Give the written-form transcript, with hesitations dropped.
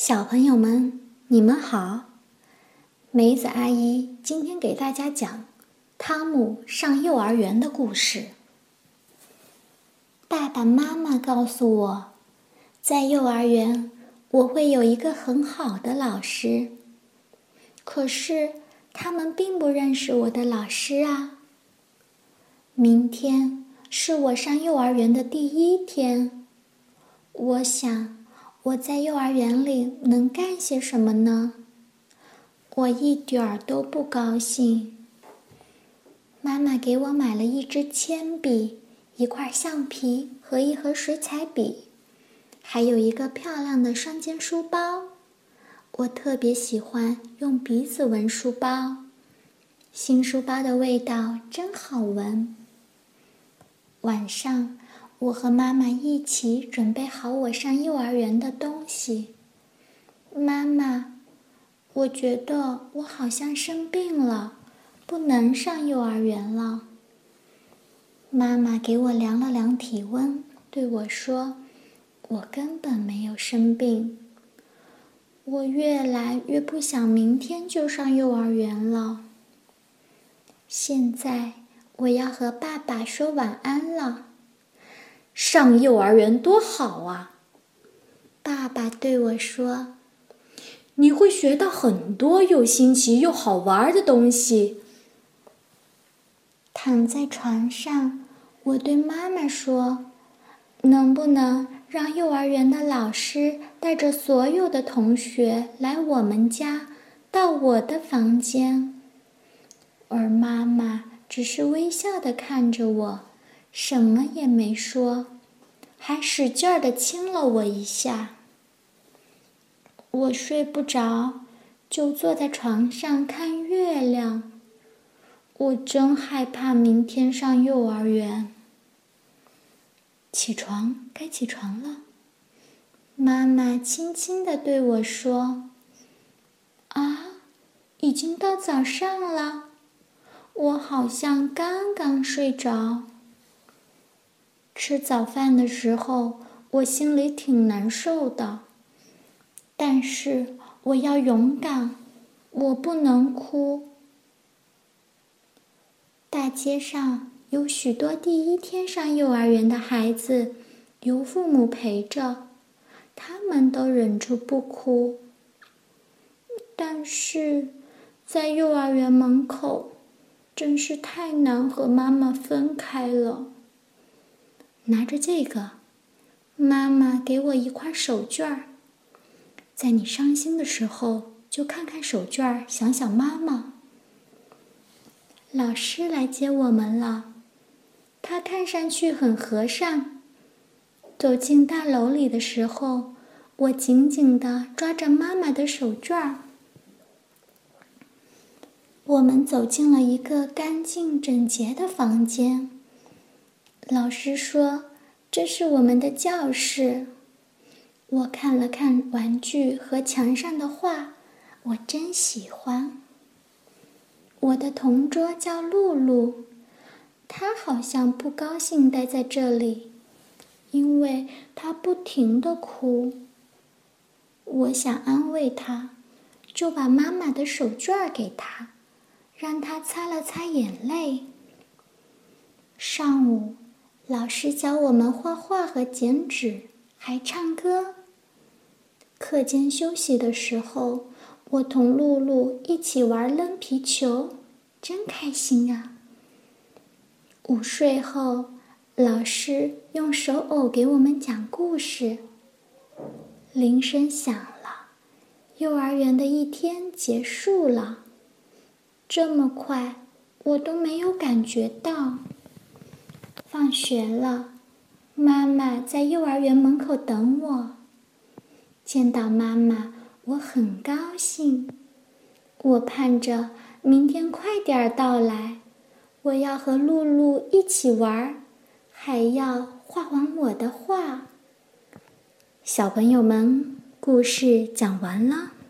小朋友们，你们好！梅子阿姨今天给大家讲汤姆上幼儿园的故事。爸爸妈妈告诉我，在幼儿园我会有一个很好的老师，可是他们并不认识我的老师啊。明天是我上幼儿园的第一天，我想我在幼儿园里能干些什么呢？我一点儿都不高兴。妈妈给我买了一支铅笔、一块橡皮和一盒水彩笔，还有一个漂亮的双肩书包。我特别喜欢用鼻子闻书包，新书包的味道真好闻。晚上，我和妈妈一起准备好我上幼儿园的东西。妈妈，我觉得我好像生病了，不能上幼儿园了。妈妈给我量了量体温，对我说，我根本没有生病。我越来越不想明天就上幼儿园了。现在我要和爸爸说晚安了。上幼儿园多好啊！爸爸对我说，你会学到很多又新奇又好玩的东西。躺在床上，我对妈妈说，能不能让幼儿园的老师带着所有的同学来我们家，到我的房间？而妈妈只是微笑地看着我，什么也没说，还使劲儿地亲了我一下。我睡不着，就坐在床上看月亮。我真害怕明天上幼儿园。起床，该起床了。妈妈轻轻地对我说：“啊，已经到早上了。我好像刚刚睡着。”吃早饭的时候，我心里挺难受的。但是我要勇敢，我不能哭。大街上有许多第一天上幼儿园的孩子，由父母陪着，他们都忍住不哭。但是在幼儿园门口，真是太难和妈妈分开了。拿着这个，妈妈给我一块手绢儿。在你伤心的时候，就看看手绢儿，想想妈妈。老师来接我们了，他看上去很和善。走进大楼里的时候，我紧紧地抓着妈妈的手绢儿。我们走进了一个干净整洁的房间。老师说，这是我们的教室。我看了看玩具和墙上的画，我真喜欢。我的同桌叫露露，她好像不高兴待在这里，因为她不停地哭。我想安慰她，就把妈妈的手绢给她，让她擦了擦眼泪。上午，老师教我们画画和剪纸，还唱歌。课间休息的时候，我同露露一起玩扔皮球，真开心啊！午睡后，老师用手偶给我们讲故事。铃声响了，幼儿园的一天结束了。这么快，我都没有感觉到。放学了，妈妈在幼儿园门口等我。见到妈妈，我很高兴。我盼着明天快点到来，我要和露露一起玩，还要画完我的画。小朋友们，故事讲完了。